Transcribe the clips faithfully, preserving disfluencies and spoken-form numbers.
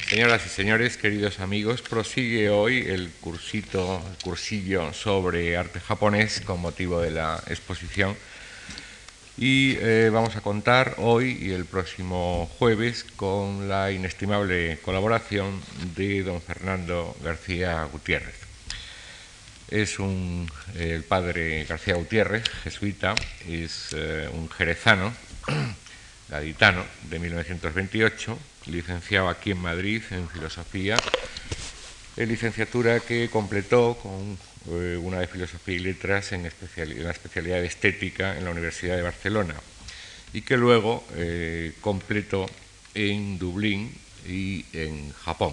Señoras y señores, queridos amigos, prosigue hoy el cursito, el cursillo sobre arte japonés con motivo de la exposición y eh, vamos a contar hoy y el próximo jueves con la inestimable colaboración de don Fernando García Gutiérrez. Es un, eh, el padre García Gutiérrez, jesuita, es eh, un jerezano, gaditano, de mil novecientos veintiocho, licenciado aquí en Madrid en filosofía, en licenciatura que completó con eh, una de filosofía y letras en, especial, en la especialidad de estética en la Universidad de Barcelona y que luego eh, completó en Dublín y en Japón.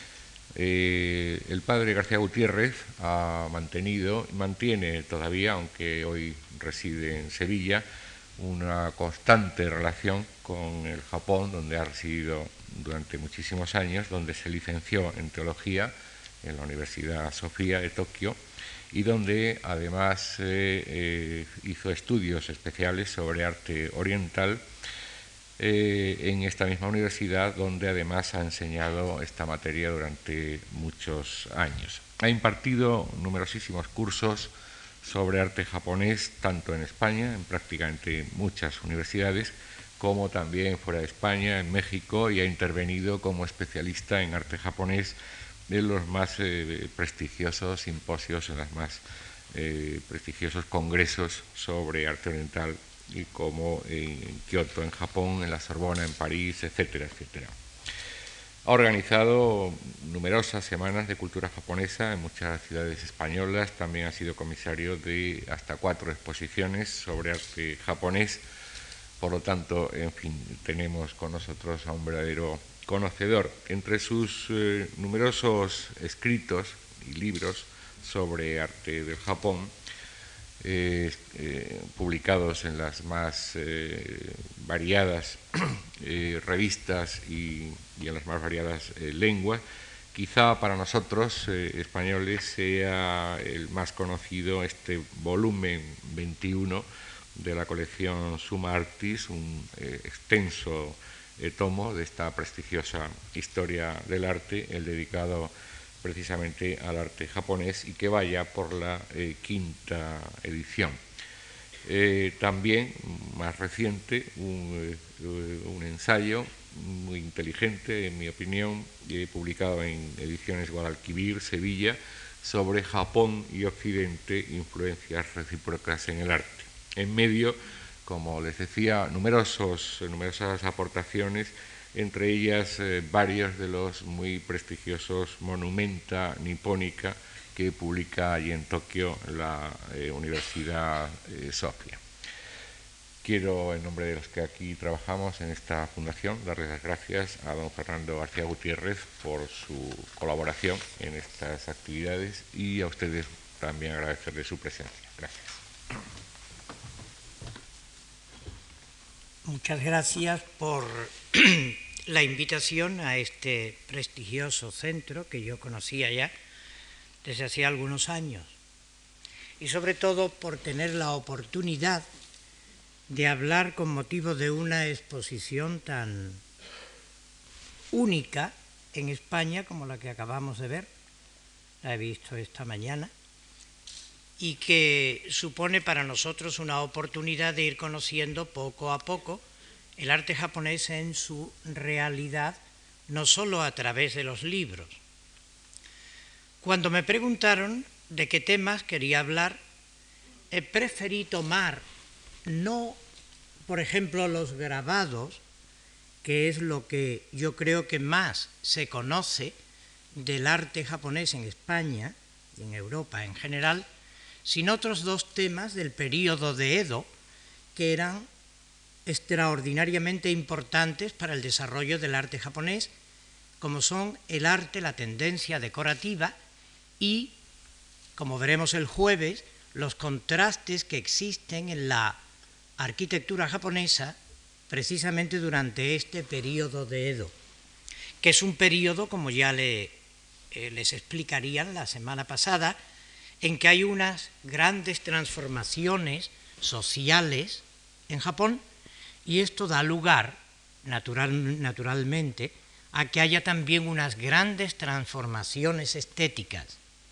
Eh, el padre García Gutiérrez ha mantenido, mantiene todavía, aunque hoy reside en Sevilla, una constante relación con el Japón, donde ha residido durante muchísimos años, donde se licenció en teología en la Universidad Sofía de Tokio y donde además eh, eh, hizo estudios especiales sobre arte oriental eh, en esta misma universidad, donde además ha enseñado esta materia durante muchos años. Ha impartido numerosísimos cursos sobre arte japonés, tanto en España, en prácticamente muchas universidades, como también fuera de España, en México, y ha intervenido como especialista en arte japonés en los más eh, prestigiosos simposios, en los más eh, prestigiosos congresos sobre arte oriental, y como en Kioto, en Japón, en la Sorbona, en París, etcétera, etcétera. Ha organizado numerosas semanas de cultura japonesa en muchas ciudades españolas. También ha sido comisario de hasta cuatro exposiciones sobre arte japonés. Por lo tanto, en fin, tenemos con nosotros a un verdadero conocedor. Entre sus eh, numerosos escritos y libros sobre arte del Japón, Eh, eh, publicados en las más eh, variadas eh, revistas y, y en las más variadas eh, lenguas. Quizá para nosotros, eh, españoles, sea el más conocido este volumen veintiuno de la colección Summa Artis, un eh, extenso eh, tomo de esta prestigiosa historia del arte, el dedicado precisamente al arte japonés y que vaya por la eh, quinta edición. Eh, también, más reciente, un, eh, un ensayo muy inteligente, en mi opinión, eh, publicado en ediciones Guadalquivir, Sevilla, sobre Japón y Occidente, influencias recíprocas en el arte. En medio, como les decía, numerosos, numerosas aportaciones, entre ellas eh, varios de los muy prestigiosos Monumenta Nipónica que publica allí en Tokio la eh, Universidad eh, Sofía. Quiero, en nombre de los que aquí trabajamos en esta fundación, darles las gracias a don Fernando García Gutiérrez por su colaboración en estas actividades y a ustedes también agradecerles su presencia. Gracias. Muchas gracias por la invitación a este prestigioso centro que yo conocía ya desde hacía algunos años y sobre todo por tener la oportunidad de hablar con motivo de una exposición tan única en España como la que acabamos de ver, la he visto esta mañana, y que supone para nosotros una oportunidad de ir conociendo poco a poco el arte japonés en su realidad, no solo a través de los libros. Cuando me preguntaron de qué temas quería hablar, eh, preferí tomar no, por ejemplo, los grabados, que es lo que yo creo que más se conoce del arte japonés en España y en Europa en general, sino otros dos temas del período de Edo que eran extraordinariamente importantes para el desarrollo del arte japonés, como son el arte, la tendencia decorativa y, como veremos el jueves, los contrastes que existen en la arquitectura japonesa precisamente durante este período de Edo, que es un período, como ya le, eh, les explicarían la semana pasada, en que hay unas grandes transformaciones sociales en Japón y esto da lugar, natural, naturalmente, a que haya también unas grandes transformaciones estéticas.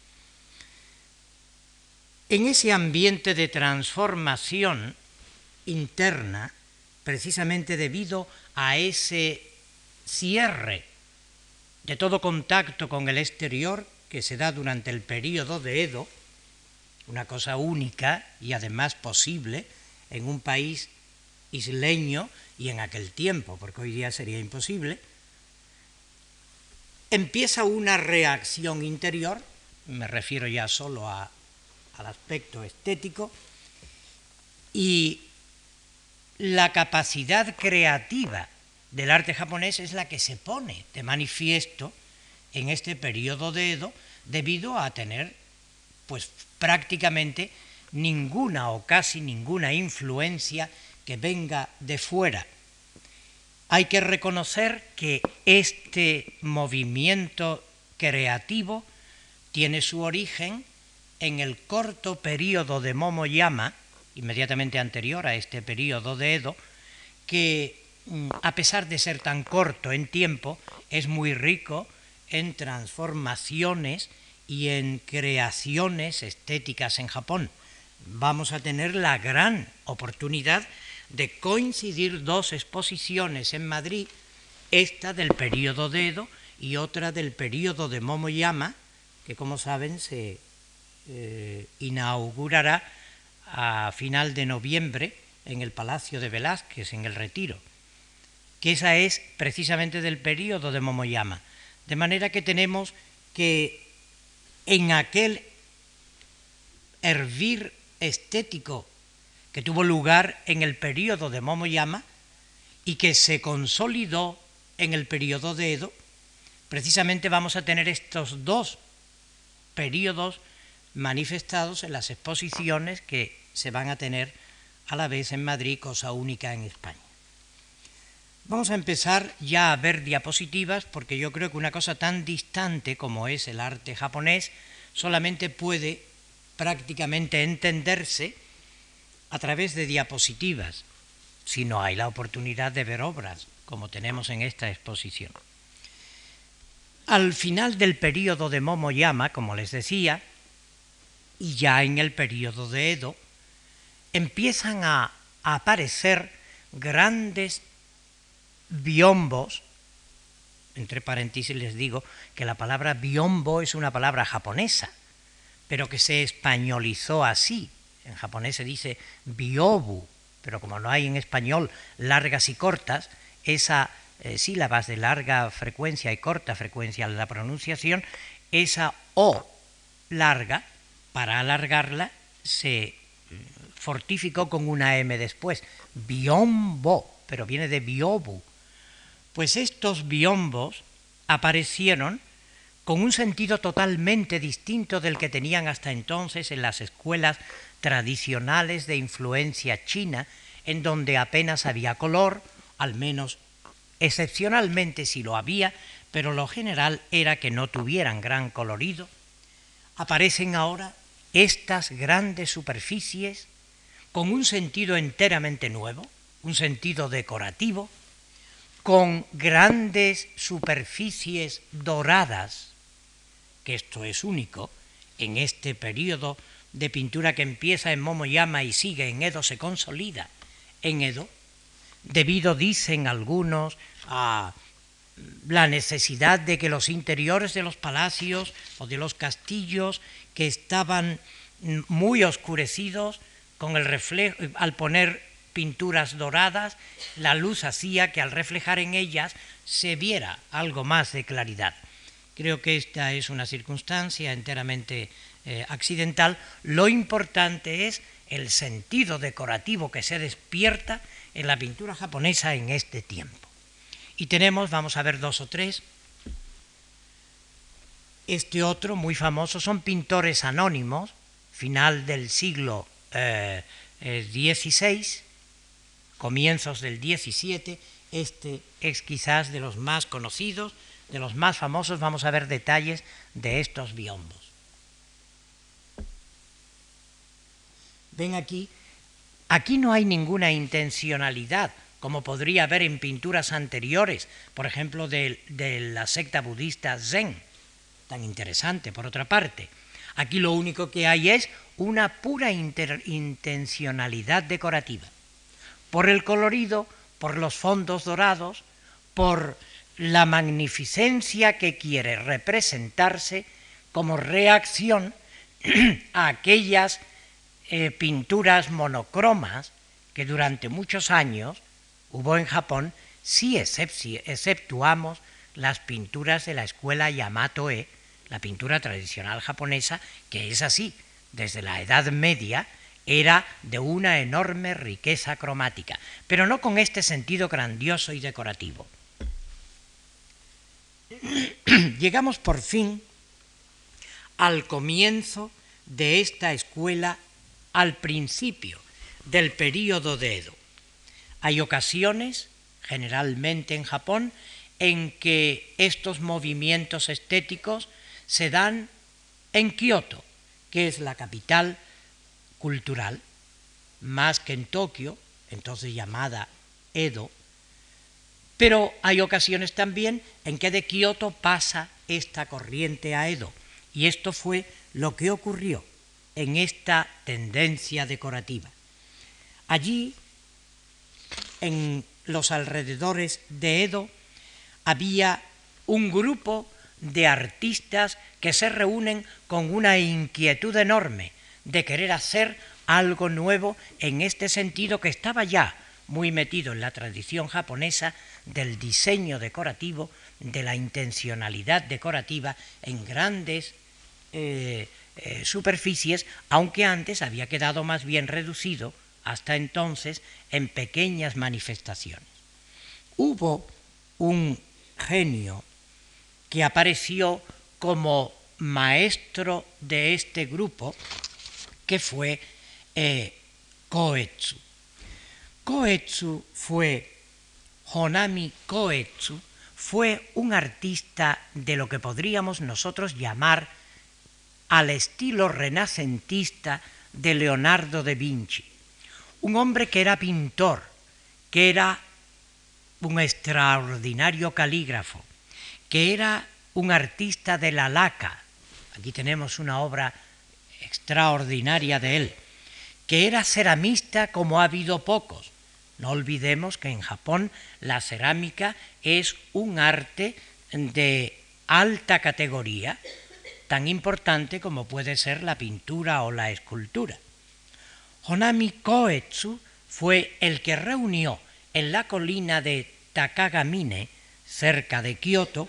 En ese ambiente de transformación interna, precisamente debido a ese cierre de todo contacto con el exterior que se da durante el período de Edo, una cosa única y además posible en un país isleño y en aquel tiempo, porque hoy día sería imposible, empieza una reacción interior, me refiero ya solo a, al aspecto estético, y la capacidad creativa del arte japonés es la que se pone de manifiesto en este periodo de Edo, debido a tener pues prácticamente ninguna o casi ninguna influencia que venga de fuera. Hay que reconocer que este movimiento creativo tiene su origen en el corto período de Momoyama, inmediatamente anterior a este período de Edo, que a pesar de ser tan corto en tiempo, es muy rico en transformaciones y en creaciones estéticas en Japón. Vamos a tener la gran oportunidad de coincidir dos exposiciones en Madrid, esta del período de Edo y otra del período de Momoyama, que como saben se eh, inaugurará a final de noviembre en el Palacio de Velázquez, en el Retiro, que esa es precisamente del período de Momoyama. De manera que tenemos que en aquel hervir estético que tuvo lugar en el período de Momoyama y que se consolidó en el período de Edo, precisamente vamos a tener estos dos períodos manifestados en las exposiciones que se van a tener a la vez en Madrid, cosa única en España. Vamos a empezar ya a ver diapositivas, porque yo creo que una cosa tan distante como es el arte japonés solamente puede prácticamente entenderse a través de diapositivas, si no hay la oportunidad de ver obras, como tenemos en esta exposición. Al final del período de Momoyama, como les decía, y ya en el período de Edo, empiezan a, a aparecer grandes biombos. Entre paréntesis les digo que la palabra biombo es una palabra japonesa, pero que se españolizó así. En japonés se dice biobu, pero como no hay en español largas y cortas, esas eh, sílabas de larga frecuencia y corta frecuencia en la pronunciación, esa O larga, para alargarla, se fortificó con una M después, biombo, pero viene de biobu. Pues estos biombos aparecieron con un sentido totalmente distinto del que tenían hasta entonces en las escuelas tradicionales de influencia china, en donde apenas había color, al menos excepcionalmente si lo había, pero lo general era que no tuvieran gran colorido. Aparecen ahora estas grandes superficies con un sentido enteramente nuevo, un sentido decorativo, con grandes superficies doradas, que esto es único, en este periodo de pintura que empieza en Momoyama y sigue en Edo, se consolida en Edo, debido, dicen algunos, a la necesidad de que los interiores de los palacios o de los castillos, que estaban muy oscurecidos, con el reflejo, al poner pinturas doradas, la luz hacía que al reflejar en ellas se viera algo más de claridad. Creo que esta es una circunstancia enteramente eh, accidental. Lo importante es el sentido decorativo que se despierta en la pintura japonesa en este tiempo. Y tenemos, vamos a ver dos o tres. Este otro, muy famoso, son pintores anónimos, final del siglo eh, eh, dieciséis, comienzos del diecisiete. Este es quizás de los más conocidos, de los más famosos. Vamos a ver detalles de estos biombos. Ven aquí, aquí no hay ninguna intencionalidad como podría haber en pinturas anteriores, por ejemplo, de, de la secta budista Zen, tan interesante por otra parte. Aquí lo único que hay es una pura intencionalidad decorativa, por el colorido, por los fondos dorados, por la magnificencia que quiere representarse como reacción a aquellas eh, pinturas monocromas que durante muchos años hubo en Japón, si exceptuamos las pinturas de la escuela Yamato-e, la pintura tradicional japonesa, que es así, desde la Edad Media, era de una enorme riqueza cromática, pero no con este sentido grandioso y decorativo. Llegamos por fin al comienzo de esta escuela, al principio del período de Edo. Hay ocasiones, generalmente en Japón, en que estos movimientos estéticos se dan en Kioto, que es la capital cultural, más que en Tokio, entonces llamada Edo, pero hay ocasiones también en que de Kioto pasa esta corriente a Edo, y esto fue lo que ocurrió en esta tendencia decorativa. Allí, en los alrededores de Edo, había un grupo de artistas que se reúnen con una inquietud enorme de querer hacer algo nuevo en este sentido que estaba ya muy metido en la tradición japonesa del diseño decorativo, de la intencionalidad decorativa en grandes eh, eh, superficies, aunque antes había quedado más bien reducido hasta entonces en pequeñas manifestaciones. Hubo un genio que apareció como maestro de este grupo, que fue eh, Koetsu. Koetsu fue, Honami Koetsu, fue un artista de lo que podríamos nosotros llamar al estilo renacentista de Leonardo da Vinci. Un hombre que era pintor, que era un extraordinario calígrafo, que era un artista de la laca. Aquí tenemos una obra extraordinaria de él, que era ceramista como ha habido pocos. No olvidemos que en Japón la cerámica es un arte de alta categoría, tan importante como puede ser la pintura o la escultura. Honami Koetsu fue el que reunió en la colina de Takagamine, cerca de Kioto,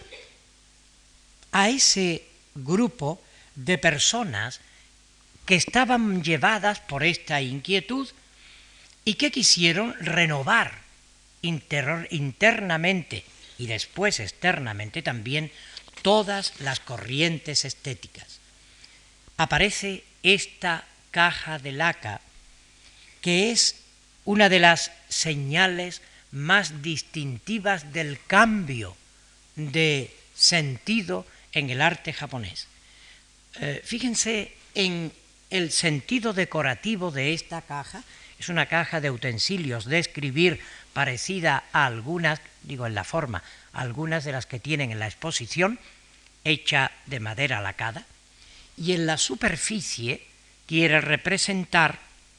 a ese grupo de personas que estaban llevadas por esta inquietud y que quisieron renovar inter- internamente y después externamente también todas las corrientes estéticas. Aparece esta caja de laca, que es una de las señales más distintivas del cambio de sentido en el arte japonés. Eh, fíjense en el sentido decorativo de esta caja. Es una caja de utensilios de escribir parecida a algunas, digo en la forma, a algunas de las que tienen en la exposición, hecha de madera lacada, y en la superficie quiere representar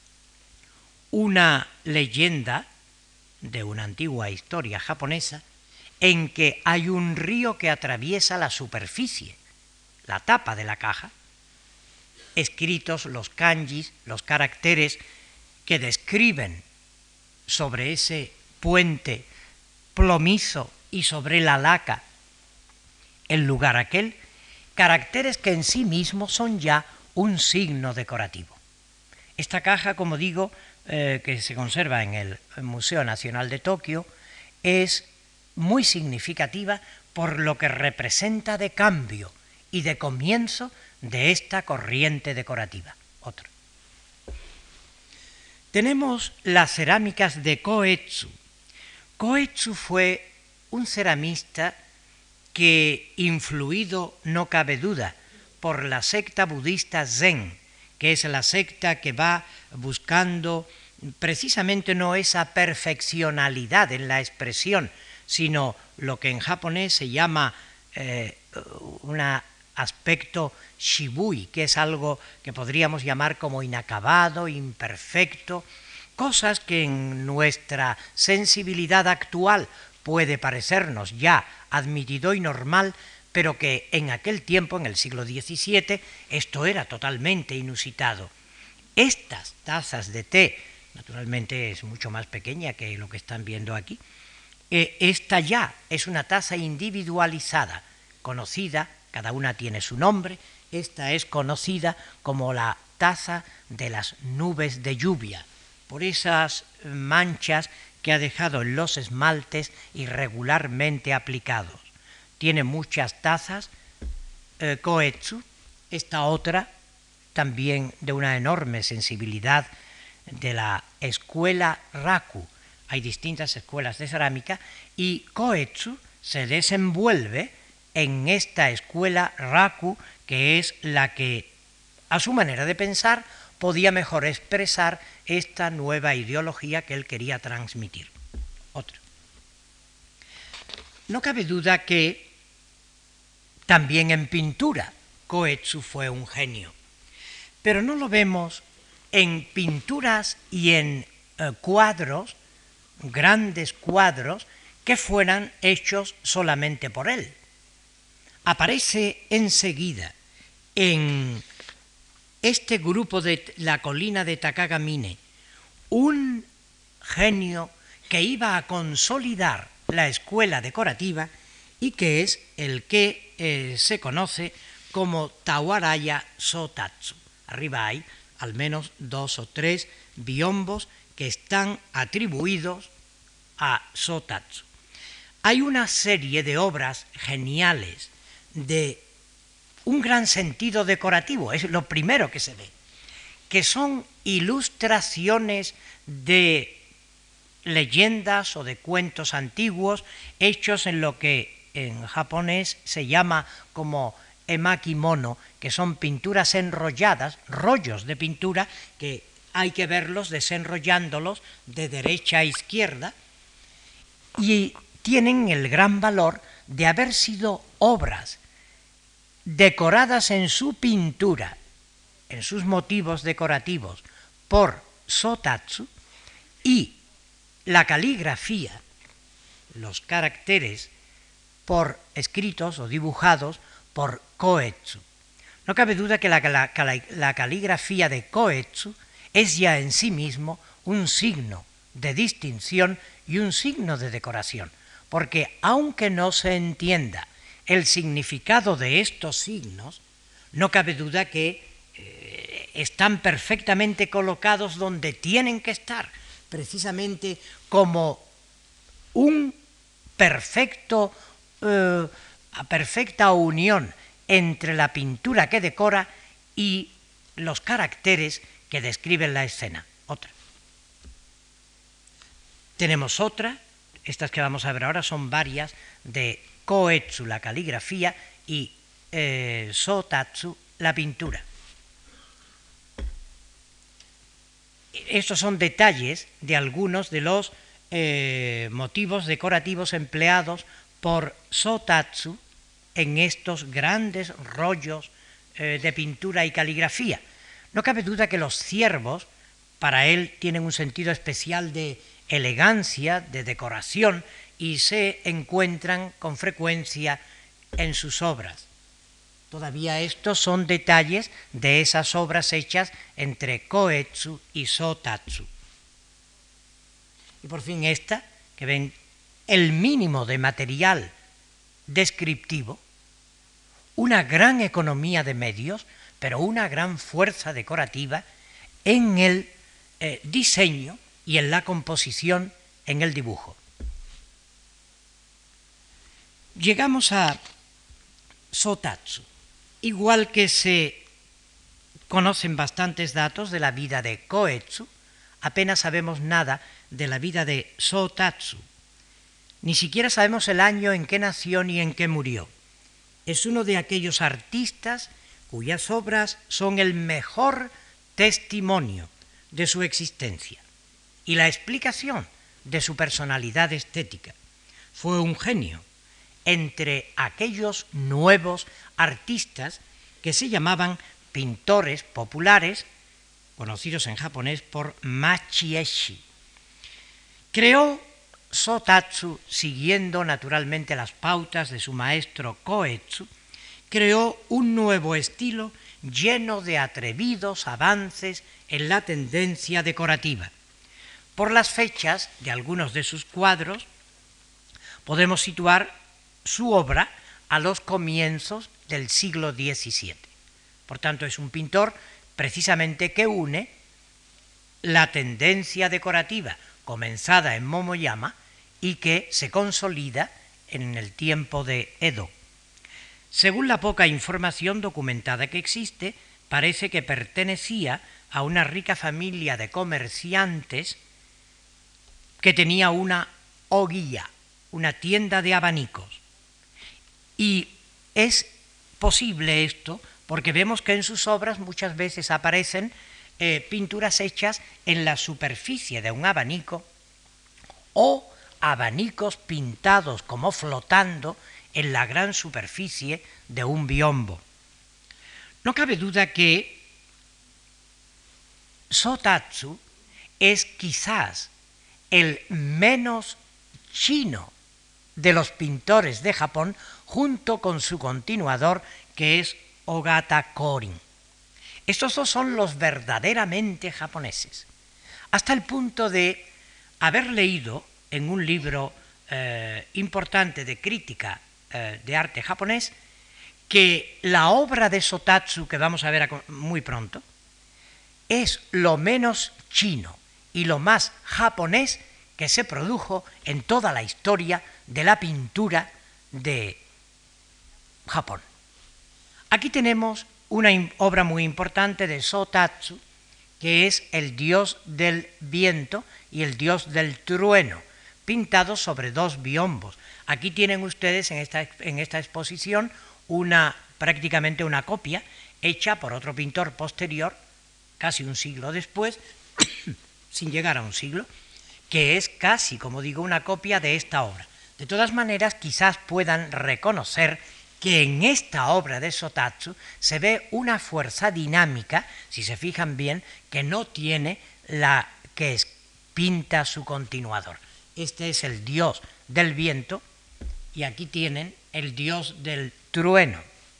una leyenda de una antigua historia japonesa en que hay un río que atraviesa la superficie, la tapa de la caja, escritos los kanjis, los caracteres que describen sobre ese puente plomizo y sobre la laca el lugar aquel, caracteres que en sí mismos son ya un signo decorativo. Esta caja, como digo, eh, que se conserva en el Museo Nacional de Tokio, es muy significativa por lo que representa de cambio y de comienzo de esta corriente decorativa. Otro. Tenemos las cerámicas de Koetsu. Koetsu fue un ceramista que, influido, no cabe duda, por la secta budista Zen, que es la secta que va buscando precisamente no esa perfeccionalidad en la expresión, sino lo que en japonés se llama eh, un aspecto shibui, que es algo que podríamos llamar como inacabado, imperfecto, cosas que en nuestra sensibilidad actual puede parecernos ya admitido y normal, pero que en aquel tiempo, en el siglo diecisiete, esto era totalmente inusitado. Estas tazas de té, naturalmente es mucho más pequeña que lo que están viendo aquí, eh, esta ya es una taza individualizada, conocida, cada una tiene su nombre, esta es conocida como la taza de las nubes de lluvia, por esas manchas que ha dejado en los esmaltes irregularmente aplicados. Tiene muchas tazas, eh, koetsu, esta otra, también de una enorme sensibilidad, de la escuela Raku. Hay distintas escuelas de cerámica y koetsu se desenvuelve en esta escuela Raku, que es la que, a su manera de pensar, podía mejor expresar esta nueva ideología que él quería transmitir. Otra. No cabe duda que también en pintura Koetsu fue un genio, pero no lo vemos en pinturas y en eh, cuadros, grandes cuadros, que fueran hechos solamente por él. Aparece enseguida en este grupo de la colina de Takagamine un genio que iba a consolidar la escuela decorativa y que es el que eh, se conoce como Tawaraya Sotatsu. Arriba hay al menos dos o tres biombos que están atribuidos a Sotatsu. Hay una serie de obras geniales de un gran sentido decorativo, es lo primero que se ve, que son ilustraciones de leyendas o de cuentos antiguos hechos en lo que en japonés se llama como emakimono, que son pinturas enrolladas, rollos de pintura que hay que verlos desenrollándolos de derecha a izquierda, y tienen el gran valor de haber sido obras decoradas en su pintura, en sus motivos decorativos, por Sotatsu, y la caligrafía, los caracteres, por escritos o dibujados por Koetsu. No cabe duda que la, la, la caligrafía de Koetsu es ya en sí mismo un signo de distinción y un signo de decoración, porque aunque no se entienda el significado de estos signos, no cabe duda que eh, están perfectamente colocados donde tienen que estar, precisamente como un perfecto, eh, perfecta unión entre la pintura que decora y los caracteres que describen la escena. Otra. Tenemos otra, estas que vamos a ver ahora son varias, de Koetsu, la caligrafía, y eh, Sotatsu, la pintura. Estos son detalles de algunos de los eh, motivos decorativos empleados por Sotatsu en estos grandes rollos eh, de pintura y caligrafía. No cabe duda que los ciervos para él tienen un sentido especial de elegancia, de decoración, y se encuentran con frecuencia en sus obras. Todavía estos son detalles de esas obras hechas entre Koetsu y Sotatsu. Y por fin esta, que ven el mínimo de material descriptivo, una gran economía de medios, pero una gran fuerza decorativa en el eh, diseño y en la composición, en el dibujo. Llegamos a Sotatsu. Igual que se conocen bastantes datos de la vida de Koetsu, apenas sabemos nada de la vida de Sotatsu. Ni siquiera sabemos el año en que nació ni en que murió. Es uno de aquellos artistas cuyas obras son el mejor testimonio de su existencia. y la explicación de su personalidad estética. Fue un genio entre aquellos nuevos artistas que se llamaban pintores populares, conocidos en japonés por machieshi. Creó Sotatsu, siguiendo naturalmente las pautas de su maestro Koetsu, creó un nuevo estilo lleno de atrevidos avances en la tendencia decorativa. Por las fechas de algunos de sus cuadros podemos situar su obra a los comienzos del siglo diecisiete. Por tanto, es un pintor precisamente que une la tendencia decorativa comenzada en Momoyama y que se consolida en el tiempo de Edo. Según la poca información documentada que existe, parece que pertenecía a una rica familia de comerciantes que tenía una ogiya, una tienda de abanicos. Y es posible esto porque vemos que en sus obras muchas veces aparecen eh, pinturas hechas en la superficie de un abanico o abanicos pintados como flotando en la gran superficie de un biombo. No cabe duda que Sotatsu es quizás el menos chino de los pintores de Japón, junto con su continuador, que es Ogata Korin. Estos dos son los verdaderamente japoneses, hasta el punto de haber leído en un libro eh, importante de crítica eh, de arte japonés que la obra de Sotatsu, que vamos a ver muy pronto, es lo menos chino y lo más japonés que se produjo en toda la historia de la pintura de Japón. Aquí tenemos una obra muy importante de Sotatsu, que es el dios del viento y el dios del trueno, pintados sobre dos biombos. Aquí tienen ustedes en esta, en esta exposición una, prácticamente una copia hecha por otro pintor posterior, casi un siglo después, sin llegar a un siglo, que es casi, como digo, una copia de esta obra. De todas maneras, quizás puedan reconocer que en esta obra de Sotatsu se ve una fuerza dinámica, si se fijan bien, que no tiene la que es, pinta su continuador. Este es el dios del viento y aquí tienen el dios del trueno.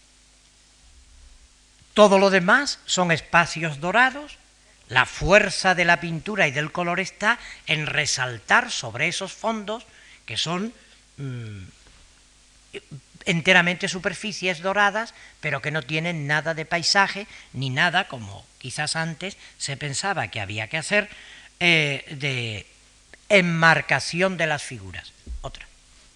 Todo lo demás son espacios dorados. La fuerza de la pintura y del color está en resaltar sobre esos fondos que son mmm, enteramente superficies doradas, pero que no tienen nada de paisaje, ni nada, como quizás antes se pensaba que había que hacer, eh, de enmarcación de las figuras. Otra.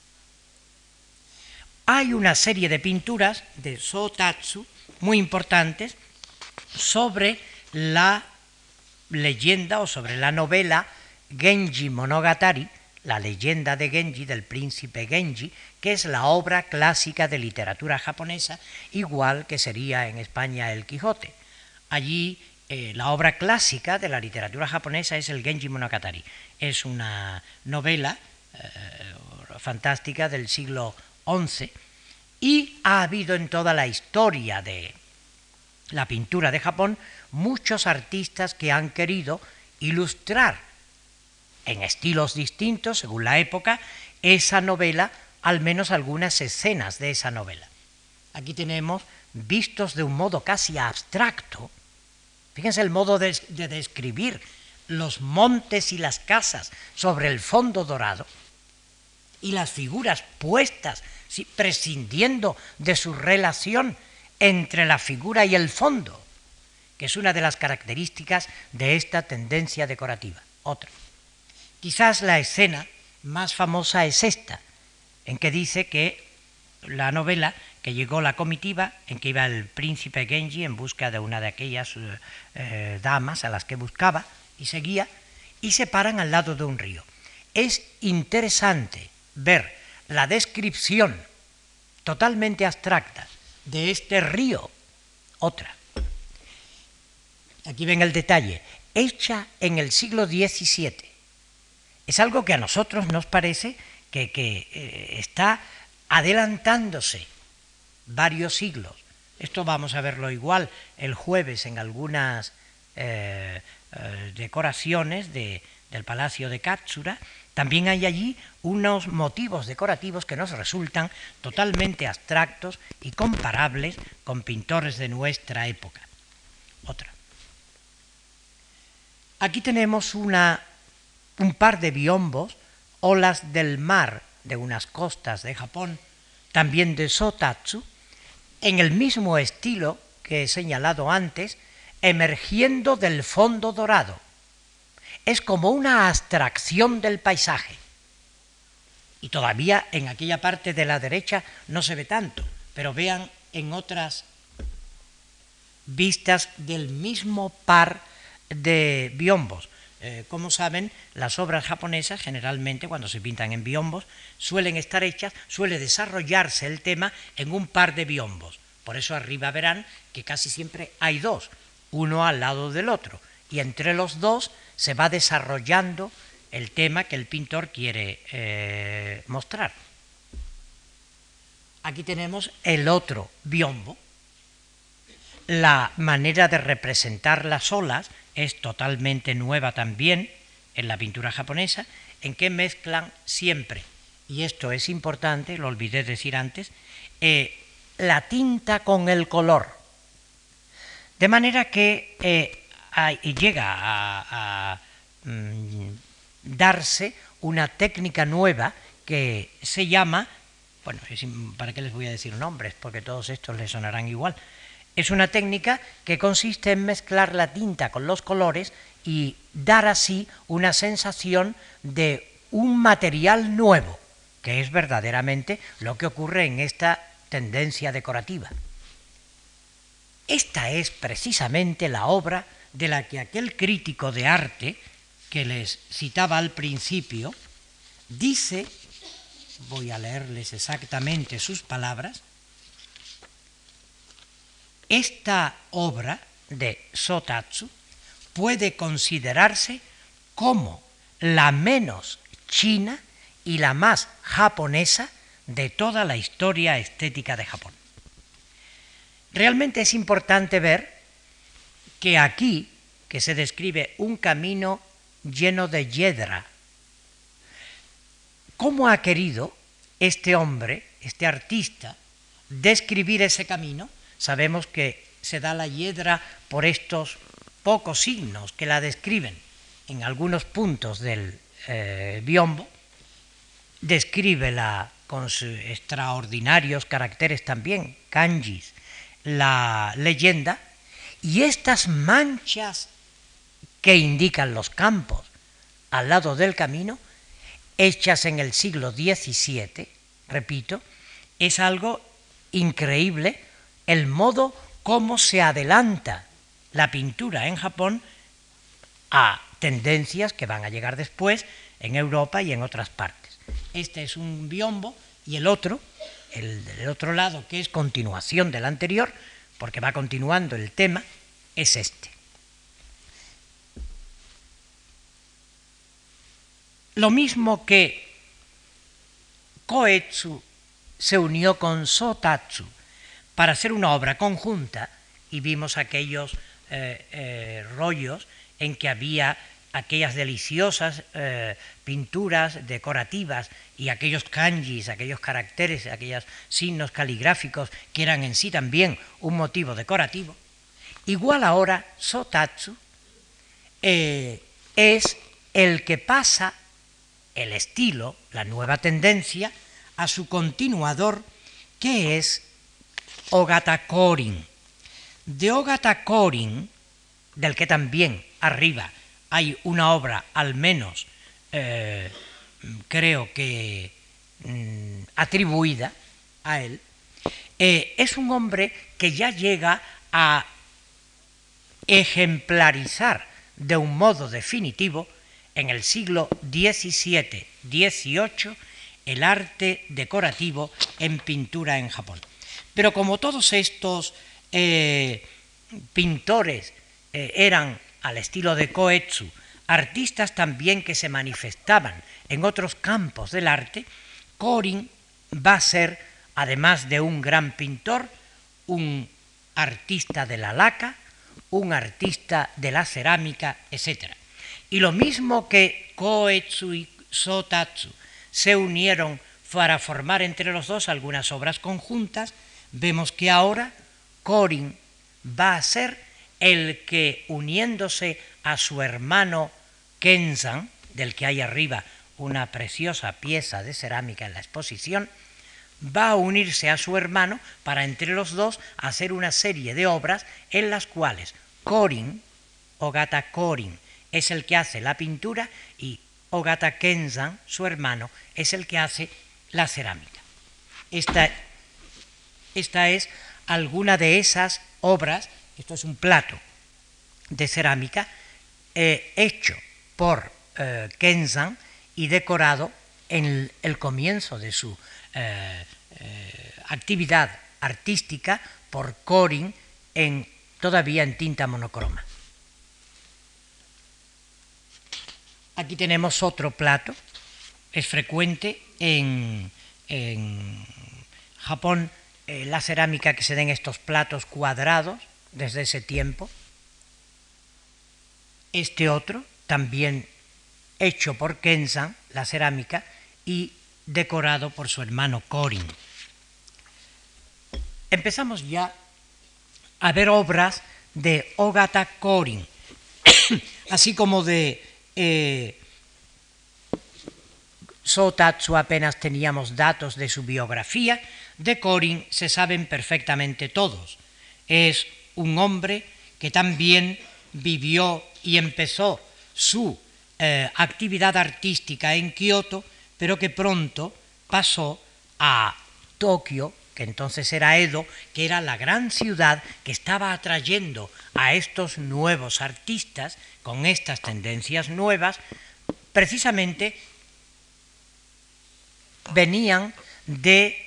Hay una serie de pinturas de Sotatsu muy importantes sobre la leyenda o sobre la novela Genji Monogatari, la leyenda de Genji, del príncipe Genji, que es la obra clásica de literatura japonesa, igual que sería en España el Quijote. Allí eh, la obra clásica de la literatura japonesa es el Genji Monogatari. Es una novela eh, fantástica del siglo once y ha habido en toda la historia de la pintura de Japón muchos artistas que han querido ilustrar en estilos distintos, según la época, esa novela, al menos algunas escenas de esa novela. Aquí tenemos, vistos de un modo casi abstracto, fíjense el modo de, de describir los montes y las casas sobre el fondo dorado, y las figuras puestas, sí, prescindiendo de su relación entre la figura y el fondo, que es una de las características de esta tendencia decorativa. Otra. Quizás la escena más famosa es esta, en que dice que la novela, que llegó la comitiva, en que iba el príncipe Genji en busca de una de aquellas eh, damas a las que buscaba, y seguía, y se paran al lado de un río. Es interesante ver la descripción totalmente abstracta de este río. Otra. Aquí ven el detalle, hecha en el siglo diecisiete, Es algo que a nosotros nos parece que, que eh, está adelantándose varios siglos. Esto vamos a verlo igual el jueves en algunas eh, eh, decoraciones de, del Palacio de Katsura. También hay allí unos motivos decorativos que nos resultan totalmente abstractos y comparables con pintores de nuestra época. Otra. Aquí tenemos una, un par de biombos, olas del mar de unas costas de Japón, también de Sotatsu, en el mismo estilo que he señalado antes, emergiendo del fondo dorado. Es como una abstracción del paisaje. Y todavía en aquella parte de la derecha no se ve tanto, pero vean en otras vistas del mismo par de biombos. Eh, como saben, las obras japonesas generalmente cuando se pintan en biombos suelen estar hechas, suele desarrollarse el tema en un par de biombos. Por eso arriba verán que casi siempre hay dos, uno al lado del otro, y entre los dos se va desarrollando el tema que el pintor quiere eh, mostrar. Aquí tenemos el otro biombo. La manera de representar las olas es totalmente nueva también en la pintura japonesa, en que mezclan siempre, y esto es importante, lo olvidé decir antes, eh, la tinta con el color. De manera que eh, hay, llega a, a mm, darse una técnica nueva que se llama, bueno, ¿para qué les voy a decir nombres? Porque todos estos les sonarán igual. Es una técnica que consiste en mezclar la tinta con los colores y dar así una sensación de un material nuevo, que es verdaderamente lo que ocurre en esta tendencia decorativa. Esta es precisamente la obra de la que aquel crítico de arte que les citaba al principio dice, voy a leerles exactamente sus palabras, esta obra de Sotatsu puede considerarse como la menos china y la más japonesa de toda la historia estética de Japón. Realmente es importante ver que aquí, que se describe un camino lleno de hiedra, ¿cómo ha querido este hombre, este artista, describir ese camino? Sabemos que se da la hiedra por estos pocos signos que la describen en algunos puntos del eh, biombo, descríbela con sus extraordinarios caracteres también, kanjis, la leyenda, y estas manchas que indican los campos al lado del camino, hechas en el siglo diecisiete, repito, es algo increíble el modo como se adelanta la pintura en Japón a tendencias que van a llegar después en Europa y en otras partes. Este es un biombo y el otro, el del otro lado, que es continuación del anterior, porque va continuando el tema, es este. Lo mismo que Koetsu se unió con Sotatsu para hacer una obra conjunta, y vimos aquellos eh, eh, rollos en que había aquellas deliciosas eh, pinturas decorativas y aquellos kanjis, aquellos caracteres, aquellos signos caligráficos que eran en sí también un motivo decorativo. Igual ahora Sotatsu eh, es el que pasa el estilo, la nueva tendencia, a su continuador, que es Ogata Korin. De Ogata Korin, del que también arriba hay una obra, al menos eh, creo que mm, atribuida a él, eh, es un hombre que ya llega a ejemplarizar de un modo definitivo en el siglo diecisiete dieciocho el arte decorativo en pintura en Japón. Pero como todos estos eh, pintores eh, eran al estilo de Koetsu, artistas también que se manifestaban en otros campos del arte, Korin va a ser, además de un gran pintor, un artista de la laca, un artista de la cerámica, etcétera. Y lo mismo que Koetsu y Sotatsu se unieron para formar entre los dos algunas obras conjuntas, vemos que ahora Korin va a ser el que, uniéndose a su hermano Kenzan, del que hay arriba una preciosa pieza de cerámica en la exposición, va a unirse a su hermano para entre los dos hacer una serie de obras en las cuales Korin, Ogata Korin, es el que hace la pintura y Ogata Kenzan, su hermano, es el que hace la cerámica. Esta, esta es alguna de esas obras. Esto es un plato de cerámica eh, hecho por eh, Kenzan y decorado en el, el comienzo de su eh, eh, actividad artística por Korin en, todavía en tinta monocroma. Aquí tenemos otro plato. Es frecuente en, en Japón eh, la cerámica que se den estos platos cuadrados desde ese tiempo. Este otro, también hecho por Kenzan, la cerámica, y decorado por su hermano Korin. Empezamos ya a ver obras de Ogata Korin, así como de eh, Sotatsu apenas teníamos datos de su biografía. De Korin se saben perfectamente todos. Es un hombre que también vivió y empezó su eh, actividad artística en Kioto, pero que pronto pasó a Tokio, que entonces era Edo, que era la gran ciudad que estaba atrayendo a estos nuevos artistas con estas tendencias nuevas. Precisamente venían de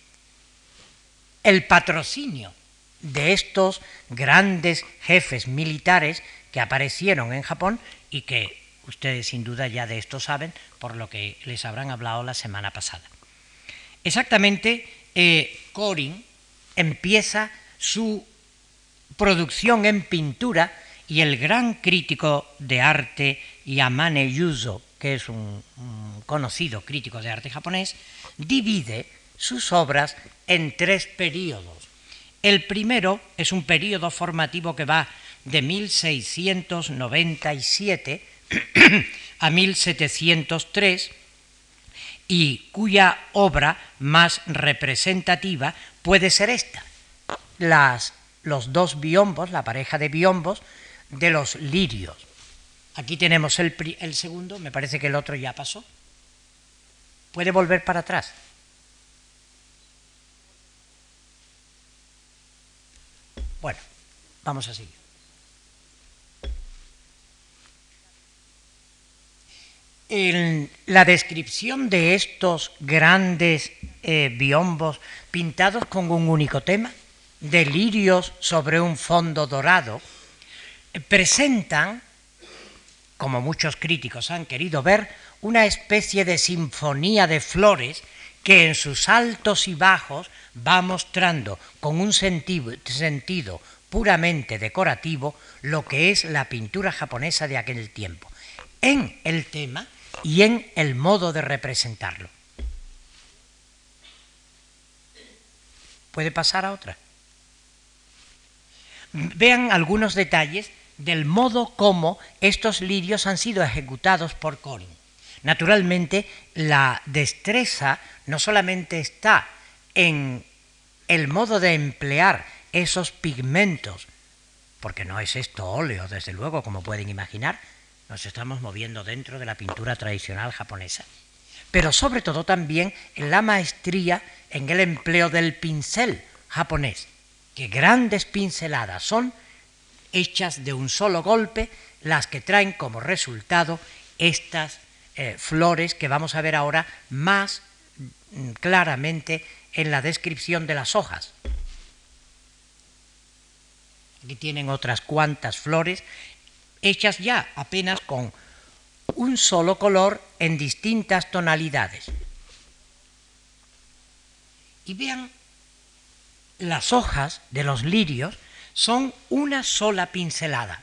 el patrocinio de estos grandes jefes militares que aparecieron en Japón y que ustedes sin duda ya de esto saben por lo que les habrán hablado la semana pasada. Exactamente, eh, Korin empieza su producción en pintura y el gran crítico de arte Yamane Yuzo, que es un, un conocido crítico de arte japonés, divide sus obras en tres periodos. El primero es un periodo formativo que va de mil seiscientos noventa y siete a mil setecientos tres y cuya obra más representativa puede ser esta, las, los dos biombos, la pareja de biombos de los lirios. Aquí tenemos el, el segundo, me parece que el otro ya pasó. ¿Puede volver para atrás? Bueno, vamos a seguir. En la descripción de estos grandes eh, biombos pintados con un único tema, de lirios sobre un fondo dorado, eh, presentan, como muchos críticos han querido ver, una especie de sinfonía de flores que en sus altos y bajos va mostrando con un sentido, sentido puramente decorativo lo que es la pintura japonesa de aquel tiempo, en el tema y en el modo de representarlo. ¿Puede pasar a otra? Vean algunos detalles del modo como estos lirios han sido ejecutados por Korin. Naturalmente, la destreza no solamente está en el modo de emplear esos pigmentos, porque no es esto óleo, desde luego, como pueden imaginar, nos estamos moviendo dentro de la pintura tradicional japonesa, pero sobre todo también en la maestría en el empleo del pincel japonés, que grandes pinceladas son hechas de un solo golpe, las que traen como resultado estas eh, flores que vamos a ver ahora más mm, claramente en la descripción de las hojas. Aquí tienen otras cuantas flores hechas ya apenas con un solo color en distintas tonalidades. Y vean, las hojas de los lirios son una sola pincelada.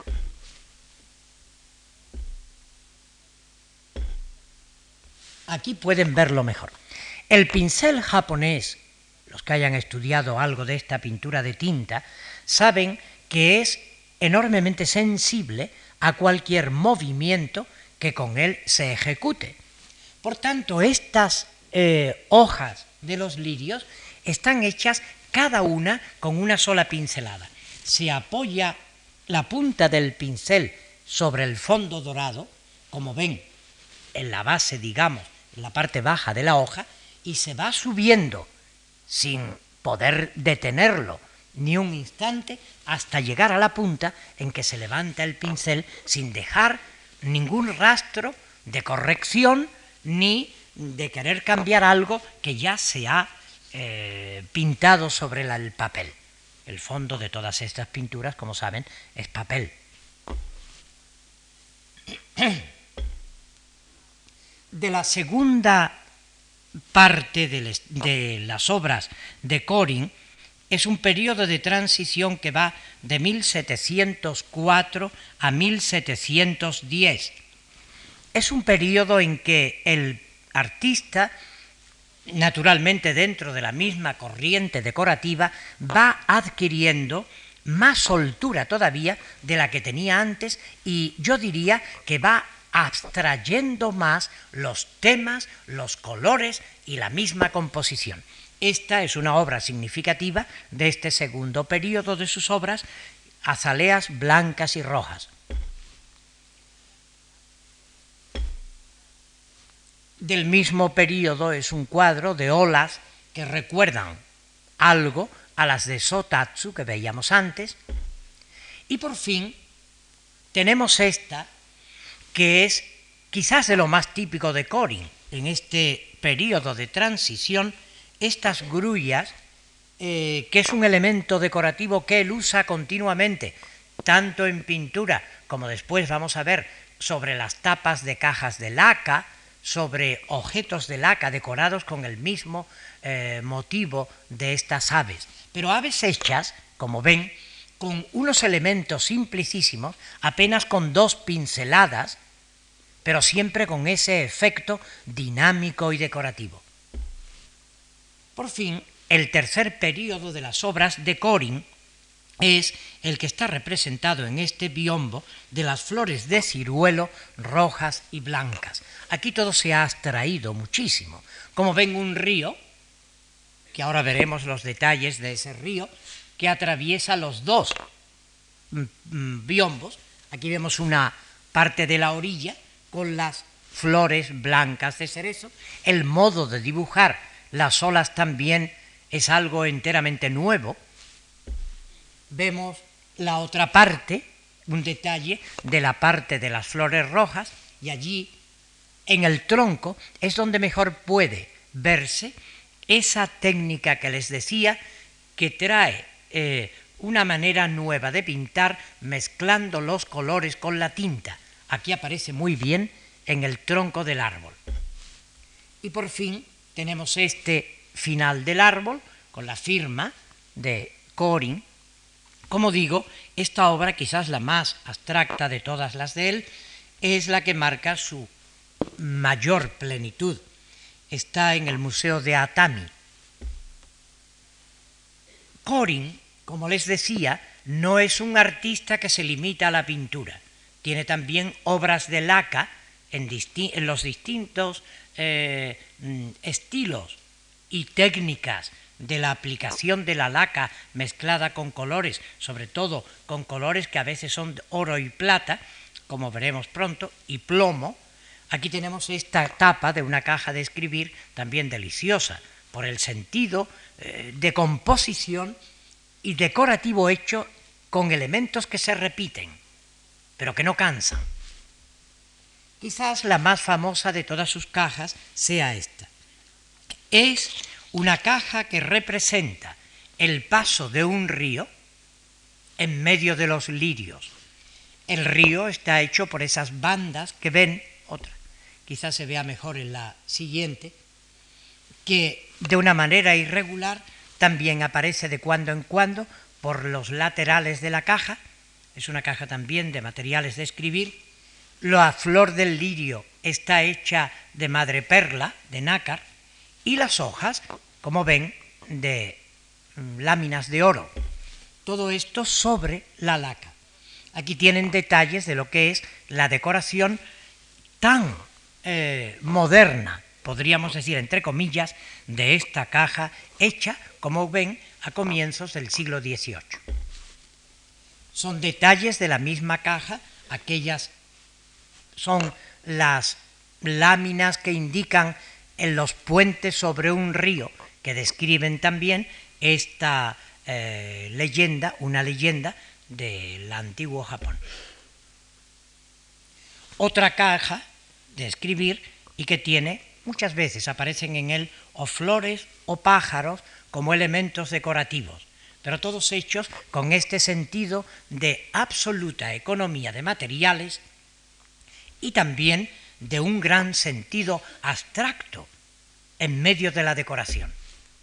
Aquí pueden verlo mejor. El pincel japonés, los que hayan estudiado algo de esta pintura de tinta, saben que es enormemente sensible a cualquier movimiento que con él se ejecute. Por tanto, estas eh, hojas de los lirios están hechas cada una con una sola pincelada. Se apoya la punta del pincel sobre el fondo dorado, como ven, en la base, digamos, en la parte baja de la hoja, y se va subiendo sin poder detenerlo ni un instante hasta llegar a la punta en que se levanta el pincel sin dejar ningún rastro de corrección ni de querer cambiar algo que ya se ha eh, pintado sobre la, el papel. El fondo de todas estas pinturas, como saben, es papel. De la segunda parte de, les, de las obras de Corin es un periodo de transición que va de mil setecientos cuatro a mil setecientos diez. Es un periodo en que el artista, naturalmente dentro de la misma corriente decorativa, va adquiriendo más soltura todavía de la que tenía antes, y yo diría que va abstrayendo más los temas, los colores y la misma composición. Esta es una obra significativa de este segundo periodo de sus obras, Azaleas blancas y rojas. Del mismo periodo es un cuadro de olas que recuerdan algo a las de Sotatsu que veíamos antes. Y por fin tenemos esta, que es quizás de lo más típico de Corin en este periodo de transición, estas grullas, eh, que es un elemento decorativo que él usa continuamente, tanto en pintura como después vamos a ver sobre las tapas de cajas de laca, sobre objetos de laca decorados con el mismo eh, motivo de estas aves, pero aves hechas, como ven, con unos elementos simplicísimos, apenas con dos pinceladas, pero siempre con ese efecto dinámico y decorativo. Por fin, el tercer período de las obras de Corin es el que está representado en este biombo de las flores de ciruelo rojas y blancas. Aquí todo se ha abstraído muchísimo. Como ven, un río, que ahora veremos los detalles de ese río, que atraviesa los dos biombos. Aquí vemos una parte de la orilla con las flores blancas de cerezo. El modo de dibujar las olas también es algo enteramente nuevo. Vemos la otra parte, un detalle de la parte de las flores rojas, y allí en el tronco es donde mejor puede verse esa técnica que les decía, que trae eh, una manera nueva de pintar mezclando los colores con la tinta. Aquí aparece muy bien en el tronco del árbol. Y por fin tenemos este final del árbol con la firma de Corin. Como digo, esta obra, quizás la más abstracta de todas las de él, es la que marca su mayor plenitud. Está en el Museo de Atami. Corin, como les decía, no es un artista que se limita a la pintura. Tiene también obras de laca en, en los distintos eh, estilos y técnicas de la aplicación de la laca mezclada con colores, sobre todo con colores que a veces son oro y plata, como veremos pronto, y plomo. Aquí tenemos esta tapa de una caja de escribir también deliciosa, por el sentido eh, de composición y decorativo hecho con elementos que se repiten, pero que no cansan. Quizás la más famosa de todas sus cajas sea esta. Es una caja que representa el paso de un río en medio de los lirios. El río está hecho por esas bandas que ven, otra, quizás se vea mejor en la siguiente, que de una manera irregular también aparece de cuando en cuando por los laterales de la caja. Es una caja también de materiales de escribir. La flor del lirio está hecha de madreperla, de nácar, y las hojas, como ven, de láminas de oro. Todo esto sobre la laca. Aquí tienen detalles de lo que es la decoración tan eh, moderna, podríamos decir entre comillas, de esta caja hecha, como ven, a comienzos del siglo dieciocho. Son detalles de la misma caja, aquellas son las láminas que indican en los puentes sobre un río, que describen también esta eh, leyenda, una leyenda del antiguo Japón. Otra caja de escribir y que tiene, muchas veces aparecen en él o flores o pájaros como elementos decorativos, pero todos hechos con este sentido de absoluta economía de materiales y también de un gran sentido abstracto en medio de la decoración.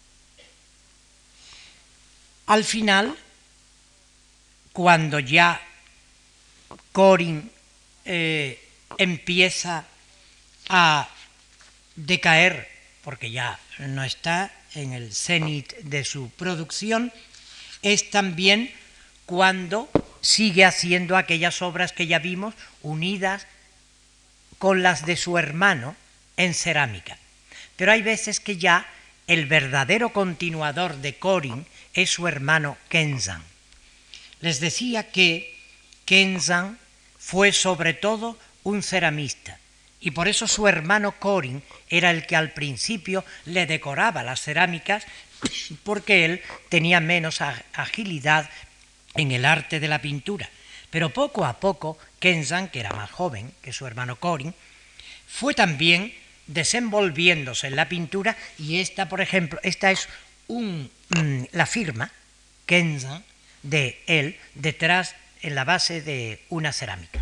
Al final, cuando ya Corin eh, empieza a decaer, porque ya no está en el cenit de su producción, es también cuando sigue haciendo aquellas obras que ya vimos unidas con las de su hermano en cerámica. Pero hay veces que ya el verdadero continuador de Corin es su hermano Kenzan. Les decía que Kenzan fue sobre todo un ceramista y por eso su hermano Corin era el que al principio le decoraba las cerámicas, porque él tenía menos agilidad en el arte de la pintura. Pero poco a poco Kenzan, que era más joven que su hermano Corin, fue también desenvolviéndose en la pintura, y esta, por ejemplo, esta es un, mmm, la firma Kenzan de él detrás en la base de una cerámica.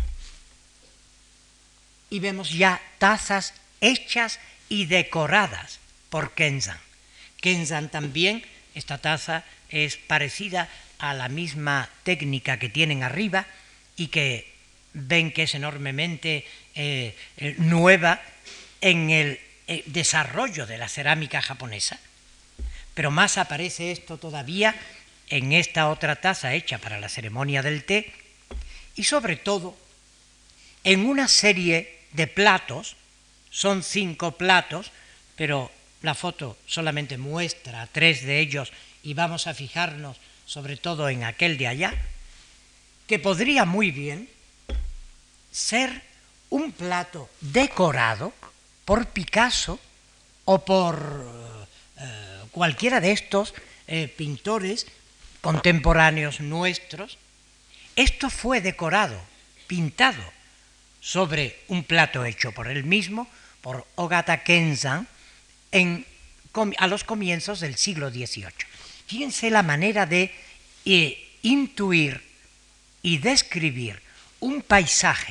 Y vemos ya tazas hechas y decoradas por Kenzan. Kenzan también, esta taza es parecida a la misma técnica que tienen arriba y que ven que es enormemente eh, eh, nueva en el eh, desarrollo de la cerámica japonesa. Pero más aparece esto todavía en esta otra taza hecha para la ceremonia del té y sobre todo en una serie de platos. Son cinco platos, pero la foto solamente muestra tres de ellos y vamos a fijarnos sobre todo en aquel de allá, que podría muy bien ser un plato decorado por Picasso o por eh, cualquiera de estos eh, pintores contemporáneos nuestros. Esto fue decorado, pintado sobre un plato hecho por él mismo, por Ogata Kenzan, en, a los comienzos del siglo dieciocho. Fíjense la manera de eh, intuir y describir un paisaje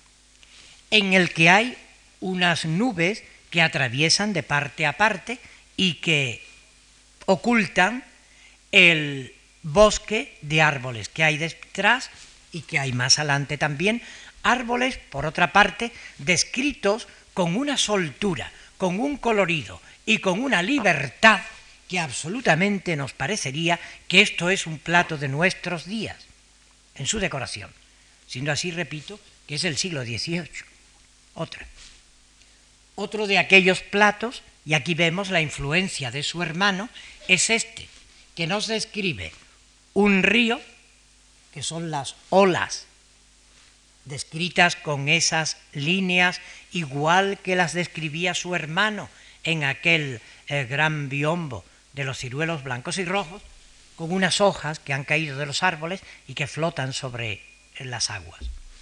en el que hay unas nubes que atraviesan de parte a parte y que ocultan el bosque de árboles que hay detrás y que hay más adelante también, árboles, por otra parte, descritos con una soltura, con un colorido y con una libertad que absolutamente nos parecería que esto es un plato de nuestros días en su decoración. Siendo así, repito, que es el siglo dieciocho. Otra. Otro de aquellos platos, y aquí vemos la influencia de su hermano, es este, que nos describe un río, que son las olas, descritas con esas líneas igual que las describía su hermano en aquel eh, gran biombo de los ciruelos blancos y rojos, con unas hojas que han caído de los árboles y que flotan sobre las aguas.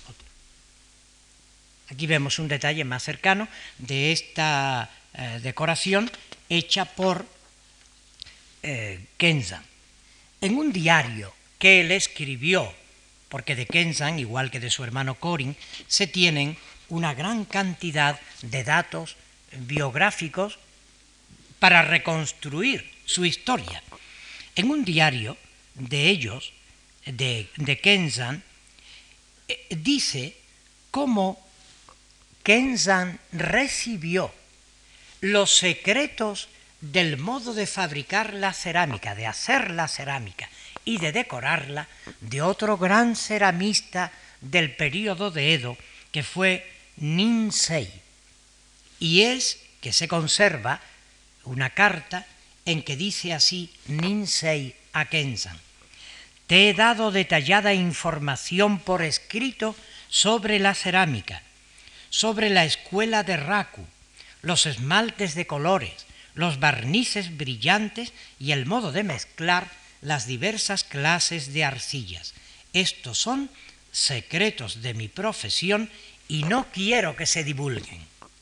Aquí vemos un detalle más cercano de esta eh, decoración hecha por eh, Kenzan. En un diario que él escribió, porque de Kenzan, igual que de su hermano Corin, se tienen una gran cantidad de datos biográficos para reconstruir su historia. En un diario de ellos, de, de Kenzan, eh, dice cómo Kenzan recibió los secretos del modo de fabricar la cerámica, de hacer la cerámica y de decorarla de otro gran ceramista del período de Edo, que fue Ninsei. Y es que se conserva una carta en que dice así Ninsei a Kenzan: te he dado detallada información por escrito sobre la cerámica, sobre la escuela de raku, los esmaltes de colores, los barnices brillantes y el modo de mezclar las diversas clases de arcillas. Estos son secretos de mi profesión y no quiero que se divulguen.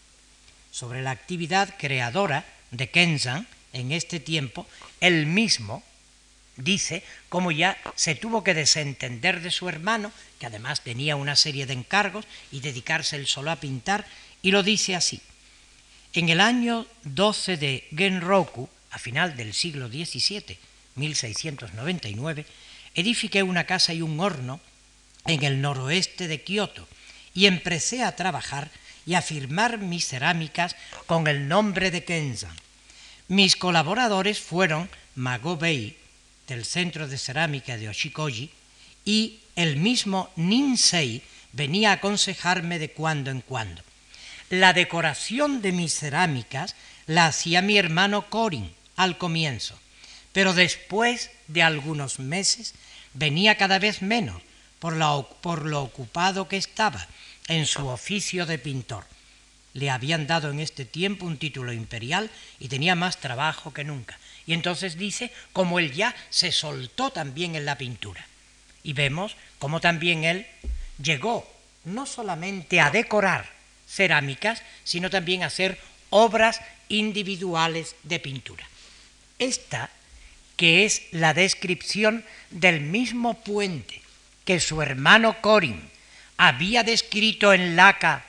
Sobre la actividad creadora de Kenzan en este tiempo, él mismo dice cómo ya se tuvo que desentender de su hermano, que además tenía una serie de encargos, y dedicarse él solo a pintar, y lo dice así: en el año doce de Genroku, a final del siglo diecisiete, mil seiscientos noventa y nueve, edifiqué una casa y un horno en el noroeste de Kioto y empecé a trabajar y a firmar mis cerámicas con el nombre de Kenzan. Mis colaboradores fueron Mago Bei, del Centro de Cerámica de Oshikoji, y el mismo Ninsei venía a aconsejarme de cuando en cuando. La decoración de mis cerámicas la hacía mi hermano Korin al comienzo, pero después de algunos meses venía cada vez menos por, la, por lo ocupado que estaba en su oficio de pintor. Le habían dado en este tiempo un título imperial y tenía más trabajo que nunca. Y entonces dice como él ya se soltó también en la pintura. Y vemos cómo también él llegó no solamente a decorar cerámicas, sino también a hacer obras individuales de pintura. Esta, que es la descripción del mismo puente que su hermano Korin había descrito en laca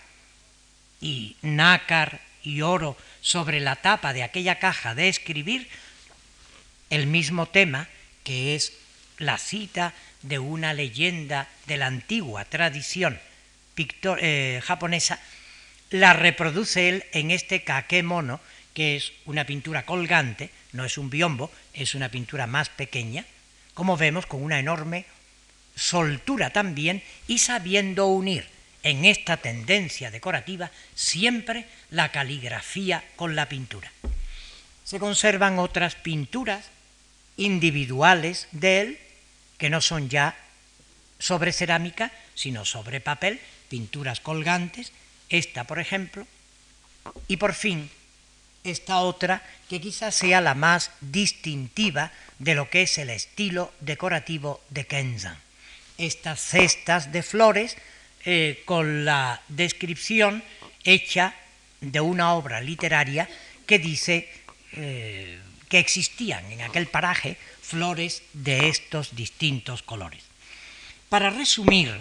y nácar y oro sobre la tapa de aquella caja de escribir, el mismo tema, que es la cita de una leyenda de la antigua tradición pictor, eh, japonesa, la reproduce él en este kakemono, que es una pintura colgante, no es un biombo, es una pintura más pequeña, como vemos, con una enorme soltura también, y sabiendo unir en esta tendencia decorativa siempre la caligrafía con la pintura. Se conservan otras pinturas individuales de él, que no son ya sobre cerámica, sino sobre papel, pinturas colgantes, esta por ejemplo, y por fin esta otra que quizás sea la más distintiva de lo que es el estilo decorativo de Kenzan. Estas cestas de flores eh, con la descripción hecha de una obra literaria que dice eh, que existían en aquel paraje flores de estos distintos colores. Para resumir,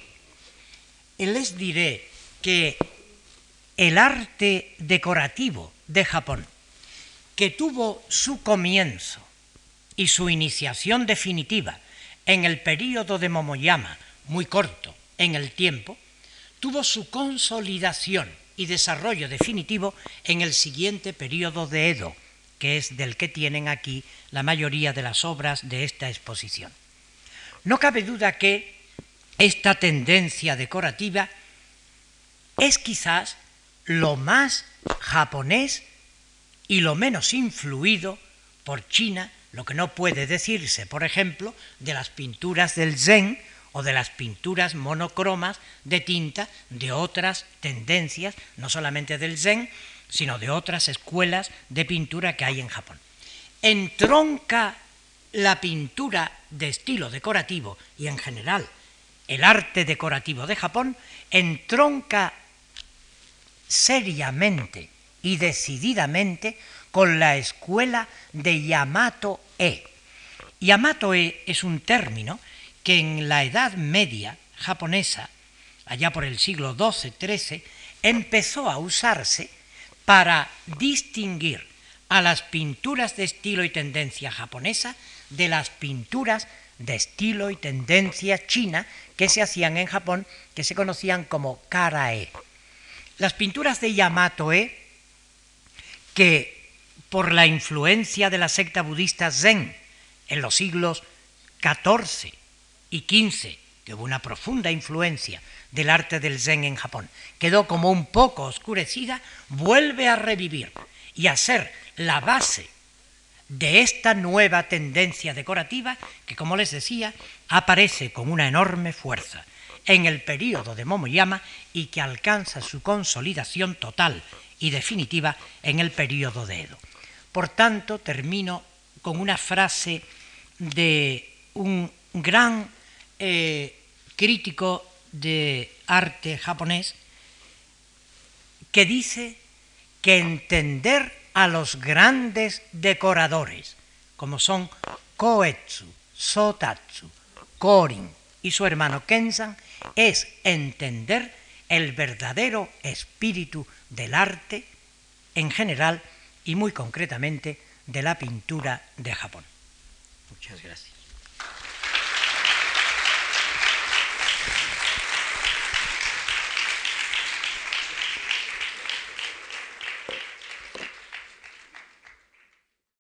les diré que el arte decorativo de Japón, que tuvo su comienzo y su iniciación definitiva en el período de Momoyama, muy corto en el tiempo, tuvo su consolidación y desarrollo definitivo en el siguiente período de Edo, que es del que tienen aquí la mayoría de las obras de esta exposición. No cabe duda que esta tendencia decorativa es quizás lo más japonés y lo menos influido por China, lo que no puede decirse, por ejemplo, de las pinturas del Zen o de las pinturas monocromas de tinta de otras tendencias, no solamente del Zen, sino de otras escuelas de pintura que hay en Japón. Entronca la pintura de estilo decorativo y en general el arte decorativo de Japón, entronca seriamente y decididamente con la escuela de Yamato-e. Yamato-e es un término que en la Edad Media japonesa, allá por el siglo doce trece, empezó a usarse para distinguir a las pinturas de estilo y tendencia japonesa de las pinturas de estilo y tendencia china que se hacían en Japón, que se conocían como karae. Las pinturas de Yamato-e, que por la influencia de la secta budista Zen en los siglos catorce y quince, que hubo una profunda influencia del arte del Zen en Japón, quedó como un poco oscurecida, vuelve a revivir y a ser la base de esta nueva tendencia decorativa que, como les decía, aparece con una enorme fuerza en el período de Momoyama y que alcanza su consolidación total y definitiva en el período de Edo. Por tanto, termino con una frase de un gran eh, crítico de arte japonés que dice que entender a los grandes decoradores, como son Koetsu, Sotatsu, Korin y su hermano Kenzan, es entender el verdadero espíritu del arte en general y muy concretamente de la pintura de Japón.